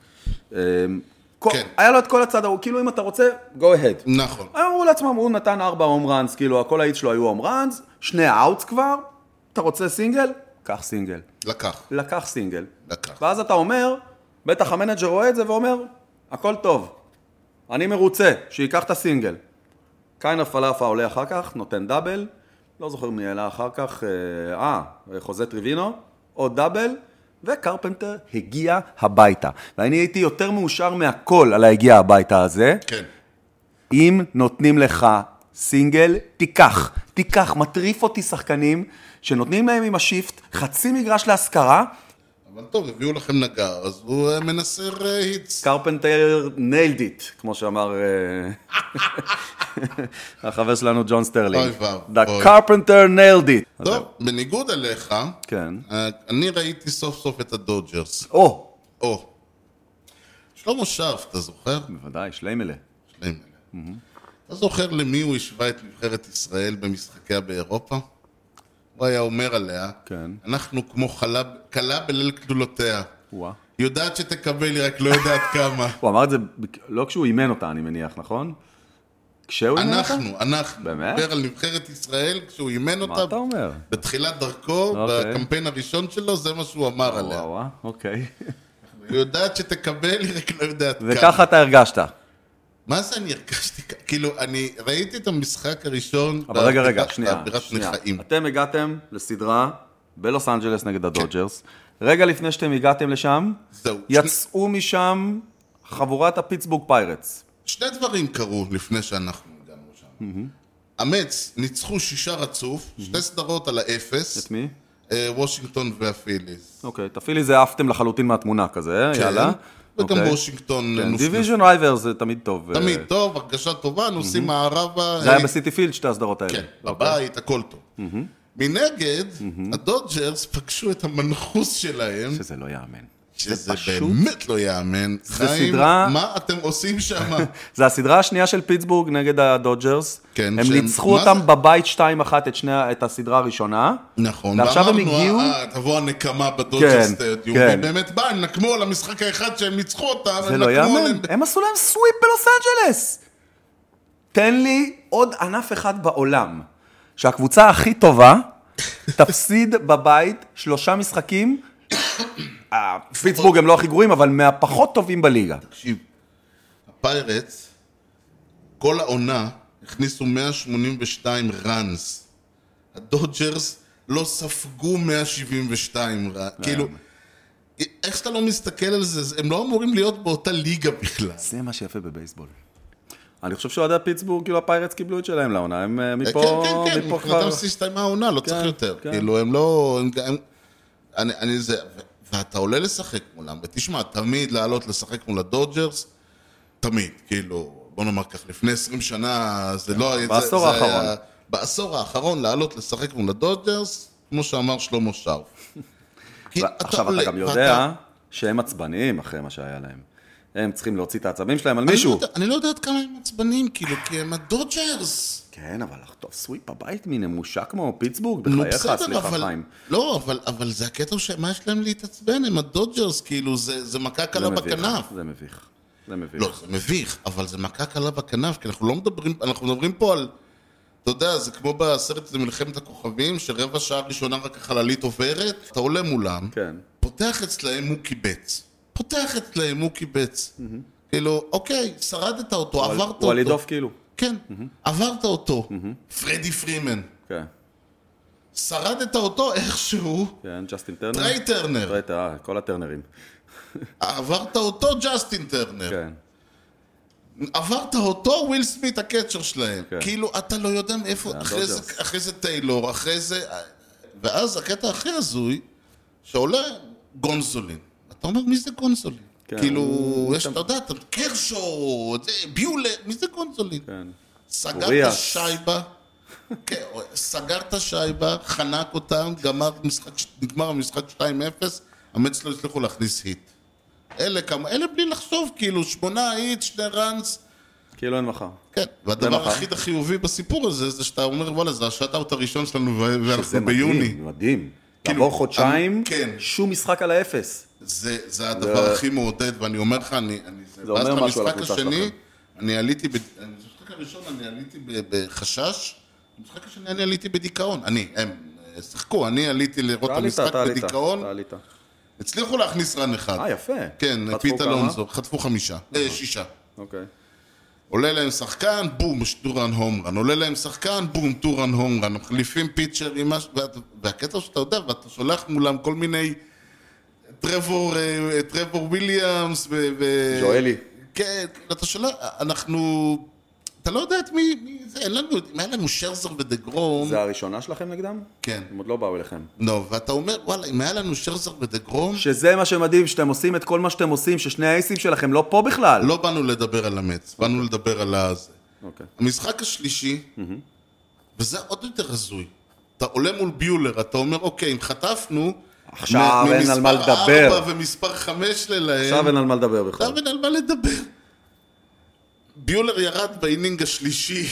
כן. היה לו את כל הצד, כאילו אם אתה רוצה, go ahead. נכון. אמרו לעצמם, הוא נתן 4 הום ראנס, כאילו כל האיץ שלו היו הום ראנס, 2 אאוטס כבר, אתה רוצה סינגל? קח סינגל. לקח לקח סינגל. לקח. ואז אתה אומר, בטח המנג'ר רואה את זה ואומר, הכל טוב, אני מרוצה, שיקח את הסינגל. קיינר פלאפה עולה אחר כך, נותן דאבל, לא זוכר מי העלה אחר כך, חוזה טריווינו, עוד דאבל, וקרפנטר הגיע הביתה. ואני הייתי יותר מאושר מהכל על ההגיע הביתה הזה. כן. אם נותנים לך סינגל, תיקח, מטריף אותי שחקנים, שנותנים להם עם השיפט, חצי מגרש להשכרה. אבל טוב, הביאו לכם נגר, אז הוא מנסר היטס. קרפנטר nailed it, כמו שאמר החבר שלנו ג'ון סטרלינג. אוי ואו. The Carpenter nailed it. טוב, בניגוד אליך, כן. אני ראיתי סוף סוף את הדודג'רס. או. שלמה שרף, אתה זוכר? בוודאי, שליימלה. אתה זוכר למי הוא השווה את נבחרת ישראל במשחקיה באירופה? הוא היה אומר עליה, כן. אנחנו כמו כלה בליל גדולותיה. וואה. יודעת שתקבל, היא רק לא יודעת כמה. הוא אמר את זה לא כשהוא אימן אותה, אני מניח, נכון? כשהוא אימן אותה? אנחנו. באמת? דבר על נבחרת ישראל, כשהוא אימן אותה. מה אתה אומר? בתחילת דרכו, בקמפיין הראשון שלו, זה מה שהוא אמר עליה. וואו, אוקיי. היא יודעת שתקבל, היא רק לא יודעת כמה. וככה אתה הרגשת. מה זה אני הרגשתי? כאילו, אני ראיתי את המשחק הראשון. אבל רגע, שנייה. נחיים. אתם הגעתם לסדרה בלוס אנג'לס נגד הדודג'רס. רגע לפני שאתם הגעתם לשם, יצאו משם חבורת הפיטסבורג פיירטס. שני דברים קרו לפני שאנחנו הגענו שם. אמץ ניצחו 6 רצוף, 2 סדרות על האפס. את מי? וושינגטון והפיליז. אוקיי, את הפיליז זה עפתם לחלוטין מהתמונה כזה, יאללה. וגם וושינגטון נופנף. דיוויז'ן רייבר זה תמיד טוב. תמיד טוב, הרגשה טובה, נוסעים מערבה. זה היה בסיטי פילד, 2 הסדרות האלה. כן, בבית, הכל טוב. מנגד, הדודג'רס פגשו את המנחוס שלהם. שזה לא יאמן. שזה באמת לא יאמן. חיים, מה אתם עושים שם? זה הסדרה השנייה של פיטסבורג נגד הדודג'רס. כן, הם ניצחו אותם בבית 2-1 את הסדרה הראשונה. נכון. ועכשיו הם הגיעו... תבוא הנקמה בדודג'רס סטדיום. ובאמת בא, הם נקמו על המשחק האחד שהם ניצחו אותם. זה לא יאמן. הם עשו להם סוויפ בלוס אנג'לס. תן לי עוד ענף אחד בעולם. שהקבוצה הכי טובה תפסיד בבית 3 משחקים. פיטסבורג הם לא הכי גרועים, אבל מהפחות טובים בליגה. תקשיב, הפיירטס, כל העונה הכניסו 182 ראנס. הדודג'רס לא ספגו 172 ראנס. כאילו, איך שאתה לא מסתכל על זה, הם לא אמורים להיות באותה ליגה בכלל. זה מה שיפה בבייסבול. אני חושב שעודי הפיטסבורג, כאילו הפיירטס קיבלו את שלהם לעונה, הם מפה כבר... כן, מבחינתם הסתיימה העונה, לא צריך יותר. כאילו, הם לא... ואתה עולה לשחק מולם, ותשמע, תמיד לעלות לשחק מול הדודג'רס, תמיד, כאילו, בוא נאמר כך, לפני 20 שנה, זה לא... בעשור האחרון. בעשור האחרון, לעלות לשחק מול הדודג'רס, כמו שאמר שלמה שרף. עכשיו אתה גם יודע שהם עצבניים אחרי מה שהיה להם. הם צריכים להוציא את העצבים שלהם על מישהו. אני לא יודעת כמה הם עצבנים, כאילו, כי הם הדודג'רס. כן, אבל לחטוף סוויפ הבית מנמושה כמו פיטסבורג, בחייך, סליחה חיים. לא, אבל זה הקטע שמה יש להם להתעצבן, הם הדודג'רס, כאילו, זה מכה קלה בכנף. זה מביך. לא, זה מביך, אבל זה מכה קלה בכנף, כי אנחנו לא מדברים, אנחנו מדברים פה על, אתה יודע, זה כמו בסרט זה מלחמת הכוכבים, שרבע שעה ראשונה רק החללית עוברת, אתה עולה מולם, פותח אצלהם הוא קיבץ. כאילו, אוקיי, שרדת אותו, עברת אותו. הוא הלידוף כאילו. כן, עברת אותו. פרדי פרימן. כן. שרדת אותו איכשהו. כן, ג'סטין טרנר. טריי טרנר. כל הטרנרים. עברת אותו ג'סטין טרנר. כן. עברת אותו וויל סמית הקצ'ר שלהם. כאילו, אתה לא יודע מאיפה, אחרי זה טיילור, אחרי זה... ואז הקטע הכי הזוי, שעולה גונזולין. אתה אומר, מי זה גונזולין? כאילו, יש, אתה יודע, קרשו, ביולה, מי זה גונזולין? סגר את השייבה, סגר את השייבה, חנק אותם, נגמר המשחק 2-0, המץ לא הצליחו להכניס היט. אלה בלי לחשוב, כאילו, 8 היט, 2 ראנס. כאילו אין מחר. כן, והדבר הכי חיובי בסיפור הזה, זה שאתה אומר, וואלה, זה השאט-אאוט הראשון שלנו, ואנחנו ביוני. מדהים. לעבור חודשיים, שום משחק על האפס. זה הדבר הכי מעודד, ואני אומר לך, זה אומר משהו על הקבוצה שלכם. אני עליתי, במשחק הראשון אני עליתי בחשש, במשחק השני אני עליתי בדיכאון. הם שחקו, אני עליתי לראות את המשחק בדיכאון. הצליחו להכניס רן אחד. יפה. כן, פיט אלונזו, חטפו 6. אוקיי. עולה להם שחקן, בום, טורן הומרן. עולה להם שחקן, בום, טורן הומרן. מחליפים פיצ'ר עם משהו, והקטע שאתה יודע, ואתה שולח מולם כל מיני טרבור וויליאמס ג'ואלי. כן, אתה שולח, אתה לא יודע את מי זה, אם היה לנו שרזר ודגרום... זה הראשונה שלכם נגדם? כן. הם עוד לא באו אליכם. לא, ואתה אומר, וואלה, אם היה לנו שרזר ודגרום... שזה מה שמדהים, שאתם עושים את כל מה שאתם עושים, ששני האייסים שלכם לא פה בכלל. לא באנו לדבר על המץ, באנו לדבר על הזה. אוקיי. המשחק השלישי, וזה עוד יותר הזוי. אתה עולה מול ביולר, אתה אומר, אוקיי, אם חטפנו... עכשיו אין על מה לדבר. ממספר 4 ומספר 5 להם... עכשיו אין על מה לדבר בכלל. עכשיו אין על מה לדבר. ביולר ירד באינינג השלישי.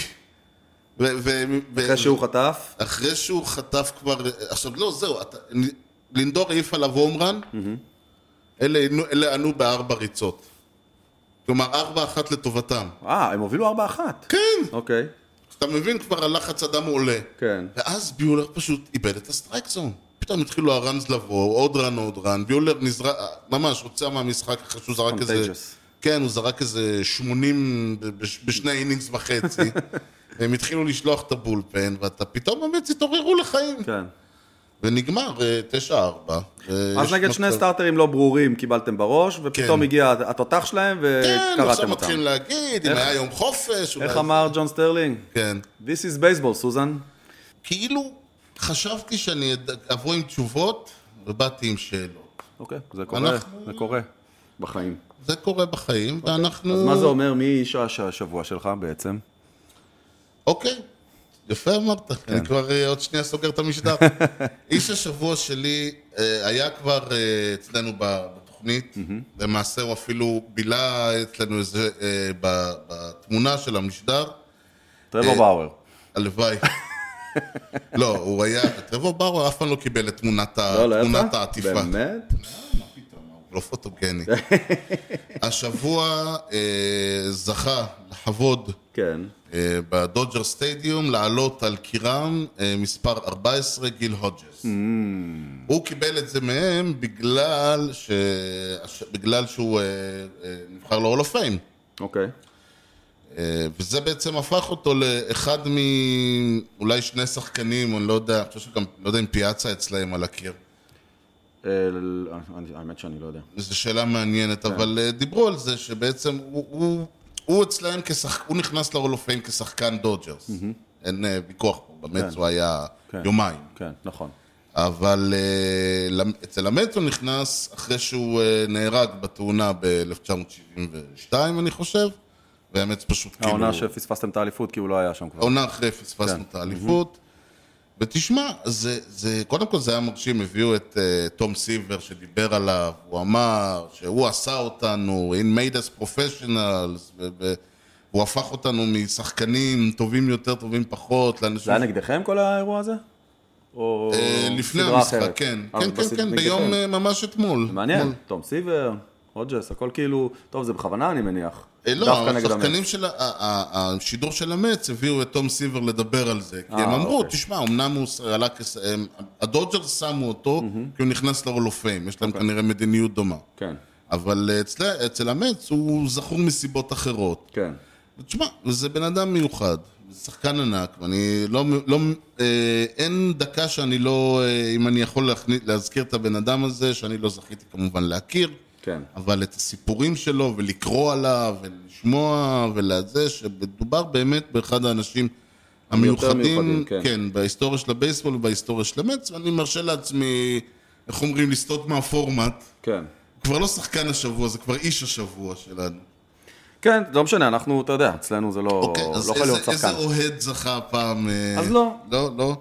אחרי שהוא חטף? אחרי שהוא חטף כבר... עכשיו לא, זהו. לינדור העיף עליו הומרן. אלה ענו ב4 ריצות. כלומר, 4-1 לטובתם. הם הובילו 4-1. כן. אוקיי. אתה מבין, כבר הלחץ אדם עולה. כן. ואז ביולר פשוט איבד את הסטרייק זון. פתאום התחילו הרנס לבוא, עוד רן. ביולר נזרק, ממש, רוצה מהמשחק אחרי שהוא זרק איזה... כן, הוא זרק איזה 80 בשני אינינגס וחצי. הם התחילו לשלוח את הבולפן, ואתה פתאום באמת התעוררו לחיים. כן. ונגמר 9-4. אז נגד שני סטארטרים לא ברורים קיבלתם בראש, ופתאום הגיע התותח שלהם וקראתם אותם. כן, עכשיו מתחילים להגיד, אם היה יום חופש... איך אמר ג'ון סטרלינג? כן. This is baseball, סוזן. כאילו, חשבתי שאני אבוא עם תשובות, ובאתי עם שאלות. אוקיי, זה קורה בחיים. זה קורה בחיים, ואנחנו... אז מה זה אומר, מי איש השבוע שלך בעצם? אוקיי, יפה אמרת, אני כבר עוד שנייה סוגר את המשדר. איש השבוע שלי היה כבר אצלנו בתוכנית, למעשה הוא אפילו בילה אצלנו איזה, בתמונה של המשדר. טרוור באואר. הלוואי. לא, הוא היה, טרוור באואר אף פעם לא קיבל את תמונת העטיפה. באמת? לא פוטוגני. השבוע זכה לכבוד בדודג'ר סטדיום לעלות על קירם מספר 14 גיל הודג'ס. הוא קיבל את זה מהם בגלל שהוא נבחר ל-Hall of Fame. אוקיי. וזה בעצם הפך אותו לאחד אולי שני שחקנים, אני לא יודע, אני חושב שגם, לא יודע אם פיאצה אצלהם על הקיר. האמת שאני לא יודע. זו שאלה מעניינת, אבל דיברו על זה שבעצם הוא אצלהם הוא נכנס ל-Hall of Fame כשחקן דודג'רס. אין ויכוח פה, במץ הוא היה יומיים. כן, נכון. אבל אצל המץ הוא נכנס אחרי שהוא נהרג בתאונה ב-1972, אני חושב, והמץ פשוט כאילו... העונה שפספסתם את האליפות, כי הוא לא היה שם כבר. העונה אחרי פספסנו את האליפות. ותשמע, קודם כל זה היה מרשים, הביאו את תום סיבר שדיבר עליו, הוא אמר שהוא עשה אותנו, he made us professionals, והוא הפך אותנו משחקנים טובים יותר, טובים פחות. זה היה נגדכם כל האירוע הזה? לפני המשחק, כן, ביום ממש אתמול. מעניין, תום סיבר, הודג'ס, הכל כאילו, טוב, זה בכוונה אני מניח. לא, השחקנים של השידור של המץ הביאו את תום סיבר לדבר על זה, כי הם אמרו, תשמע, אמנם הוא עלה הדודג'רס שמו אותו, כי הוא נכנס ל-Hall of Fame, יש להם כנראה מדיניות דומה. כן. אבל אצל המץ הוא זכור מסיבות אחרות. כן. תשמע, זה בן אדם מיוחד, זה שחקן ענק, ואני אין דקה שאני לא, אם אני יכול להזכיר את הבן אדם הזה, שאני לא זכיתי כמובן להכיר, כן. אבל את הסיפורים שלו ולקרוא עליו ולשמוע ולזה שמדובר באמת באחד האנשים המיוחדים, כן, בהיסטוריה של הבייסבול ובהיסטוריה של המץ, ואני מרשה לעצמי, איך אומרים, לסטות מהפורמט. כן. כבר לא שחקן השבוע, זה כבר איש השבוע שלנו. כן, לא משנה, אנחנו, אתה יודע, אצלנו זה לא יכול להיות שחקן. איזה אוהד זכה פעם? אז לא. לא?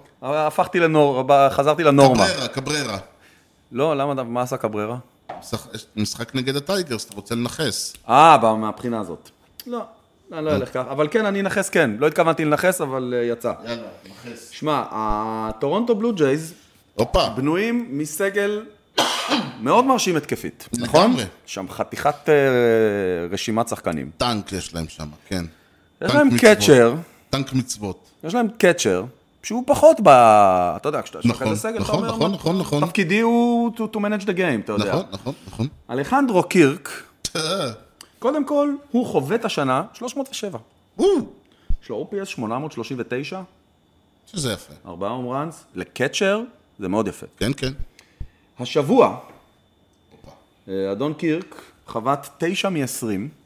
חזרתי לנורמה. קבררה. לא, למה, מה עשה קבררה? משחק נגד הטייגרס, אתה רוצה לנחס. מהבחינה הזאת. לא, אני לא אלך כך. אבל כן, אני אנחס כן. לא התכוונתי לנחס, אבל יצא. יאללה, נחס. שמע, הטורונטו בלו ג'ייז בנויים מסגל מאוד מרשים התקפית. נכון? שם חתיכת רשימת שחקנים. טנק יש להם שם, כן. יש להם קצ'ר. טנק מצוות. יש להם קצ'ר, שהוא פחות אתה יודע, כשאתה שוקל לסגל, אתה אומר, נכון. תפקידי הוא to manage the game, אתה יודע. נכון. אלחנדרו קירק, קודם כל, הוא חווה את השנה 307. יש לו OPS 839. שזה יפה. 4 הום ראנס, לקצ'ר, זה מאוד יפה. כן. השבוע, אדון קירק חוות 9 מ-20,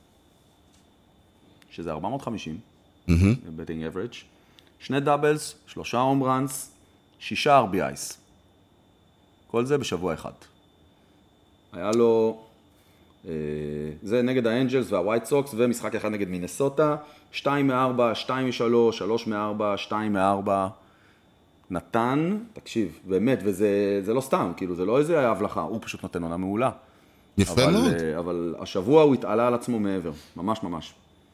שזה 450, בטינג אברג', 2 דאבלס, 3 הום ראנס, 6 RBIs. כל זה בשבוע אחד. היה לו, זה נגד האנג'לס והווייט סוקס, ומשחק אחד נגד מינסוטה, 2 מ-4, 2 מ-3, 3 מ-4, 2 מ-4. נתן, תקשיב, באמת, וזה לא סתם, כאילו, זה לא איזה הבלחה, הוא פשוט נותן עונה מעולה. יפה מאוד. אבל השבוע הוא התעלה על עצמו מעבר, ממש.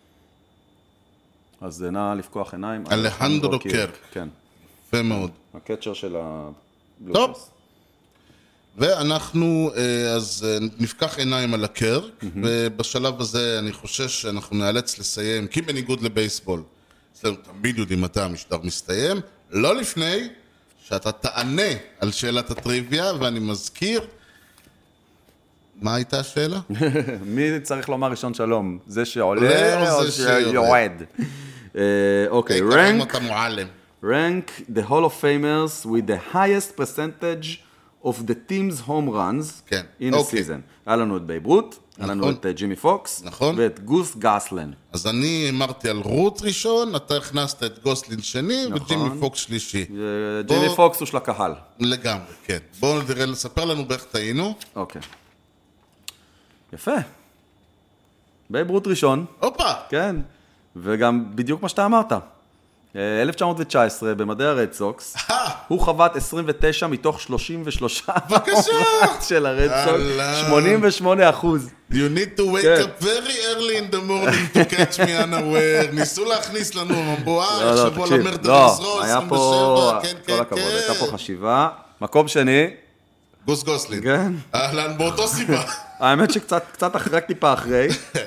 אז נא לפקוח עיניים. אלחנדרו קירק. כן. יפה מאוד. הקצ'ר של הבלוז'רס. טוב. ואנחנו, אז נפקח עיניים על הקירק, ובשלב הזה אני חושש שאנחנו נאלץ לסיים, כי בניגוד לבייסבול, אצלנו תמיד יודעים מתי המשדר מסתיים, לא לפני שאתה תענה על שאלת הטריוויה, ואני מזכיר, מה הייתה השאלה? מי צריך לומר ראשון שלום? זה שעולה או שיורד? אוקיי, rank the Hall of Famers with the highest percentage of the team's home runs in a season. היה לנו את בייב רוט, היה לנו את ג'ימי פוקס, ואת גוס גסלן. אז אני אמרתי על רוט ראשון, אתה הכנסת את גוסלין שני, וג'ימי פוקס שלישי. ג'ימי פוקס הוא של הקהל. לגמרי, כן. בואו נראה, לספר לנו באיך טעינו. אוקיי. יפה. בייב רוט ראשון. הופה! כן. וגם בדיוק מה שאתה אמרת. 1919 במדעי הרד סוקס, הוא חוות 29 מתוך 33 של הרד סוקס, 88%. You need to wake up very early in the morning to catch me unaware. ניסו להכניס לנו מבואה, שבוע למרדרס רו, 27, כן. כל הכבוד, הייתה פה חשיבה. מקום שני. גוס גוסלין. כן. אהלן, באותו סיבה. האמת שקצת רק טיפה אחרי,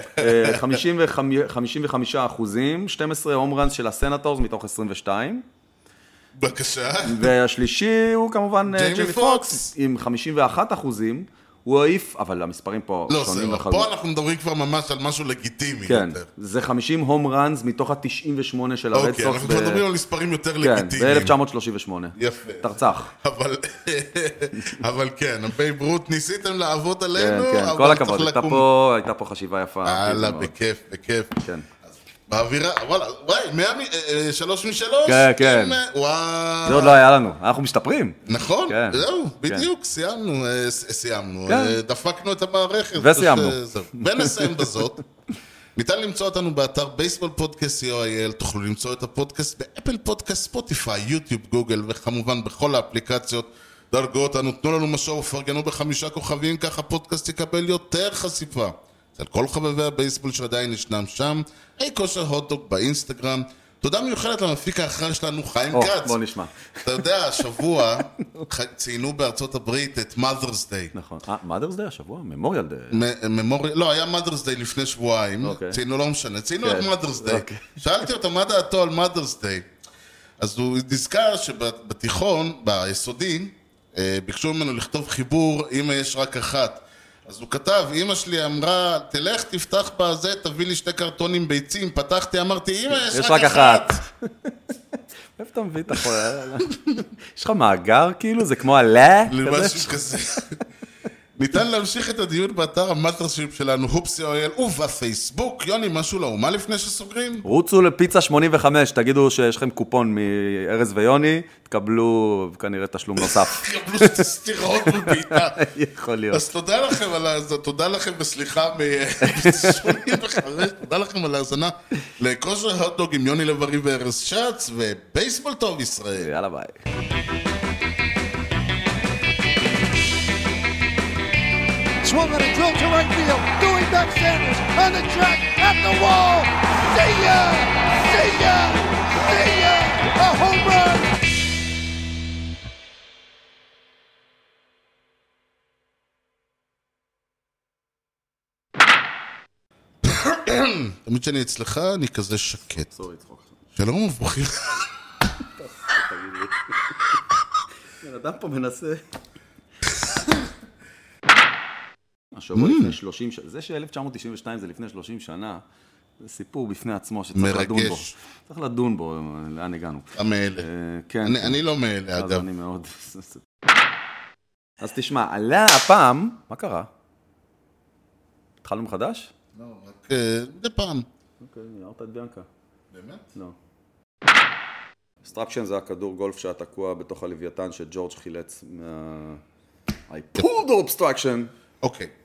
55%, 12 הום ראנס של הסנטורס מתוך 22. בבקשה. והשלישי הוא כמובן ג'ימי פוקס, עם 51%. הוא העיף, אבל המספרים פה שונים לחלוטין. פה אנחנו מדברים כבר ממש על משהו לגיטימי. כן, זה 50 הום ראנס מתוך ה-98 של הרד סוקס. אוקיי, אנחנו מדברים על מספרים יותר לגיטימיים. כן, ב-1938. יפה. תרצח. אבל כן, הבייב רוט ניסיתם לעבוד עלינו. כן, כל הכבוד, הייתה פה חשיבה יפה. הלאה, בכיף. כן. באווירה, וואי, 3 מ-3? כן. וואו. זה עוד לא היה לנו, אנחנו משתפרים. נכון, זהו, בדיוק, סיימנו. דפקנו את המערכת. וסיימנו. ונסיים בזאת. ניתן למצוא אותנו באתר בייסבול פודקאסט co.il, תוכלו למצוא את הפודקאסט באפל פודקאסט, ספוטיפיי, יוטיוב, גוגל, וכמובן בכל האפליקציות. דרגו אותנו, תנו לנו משהו ופרגנו ב5 כוכבים, ככה הפודקאסט יקבל יותר חשיפה. על כל חבבי הבייסבול שעדיין ישנם שם, כושר הוטדוג באינסטגרם. תודה מיוחדת למפיק האחר שלנו, חיים כץ. בוא נשמע. אתה יודע, השבוע ציינו בארצות הברית את Mother's Day. נכון. Mother's Day השבוע? Memorial Day. לא, היה Mother's Day לפני שבועיים. ציינו, לא משנה. ציינו את Mother's Day. שאלתי אותו מה דעתו על Mother's Day. אז הוא נזכר שבתיכון, ביסודי, ביקשו ממנו לכתוב חיבור, אמא יש רק אחת. אז הוא כתב, אמא שלי אמרה, תלך, תפתח בזה, תביא לי 2 קרטונים ביצים, פתחתי, אמרתי, אמא, יש רק אחת. איפה אתה מביא את החולה? יש לך מאגר כאילו? זה כמו הלה? למשהו כזה. ניתן להמשיך את הדיון באתר המאסטרשיפ שלנו, הופ.co.il, ובפייסבוק. יוני, משהו לאומה לפני שסוגרים? רוצו לפיצה 85, תגידו שיש לכם קופון מארז ויוני, תקבלו כנראה תשלום נוסף. תקבלו סתירות בביתה. יכול להיות. אז תודה לכם על ההאזנה, תודה לכם בסליחה מ-85, תודה לכם על ההאזנה לכושר הוטדוג עם יוני לב-ארי וארז שץ, ובייסבול טוב ישראל. יאללה ביי. Swung on a drill to right field. Doing back Sanders on the track at the wall. See ya! See ya! See ya! A home run! תמיד שאני אצלך, אני כזה שקט. סורי, צחוק. שלום וברוכים. תגיד לי. בן אדם פה מנסה. השבוע לפני 30 שנה, זה ש-1992 זה לפני 30 שנה, זה סיפור בפני עצמו שצריך לדון בו. צריך לדון בו, לאן הגענו. אתה מאלה. כן. אני לא מאלה, אגב. אז אני מאוד... אז תשמע, עליה הפעם, מה קרה? התחלנו מחדש? לא, רק מדי פעם. אוקיי, נראות את ביאנקה. באמת? לא. סטרקשן זה הכדור גולף שהיה תקוע בתוך הלוויתן שג'ורג' חילץ מה... I pulled the obstruction. אוקיי.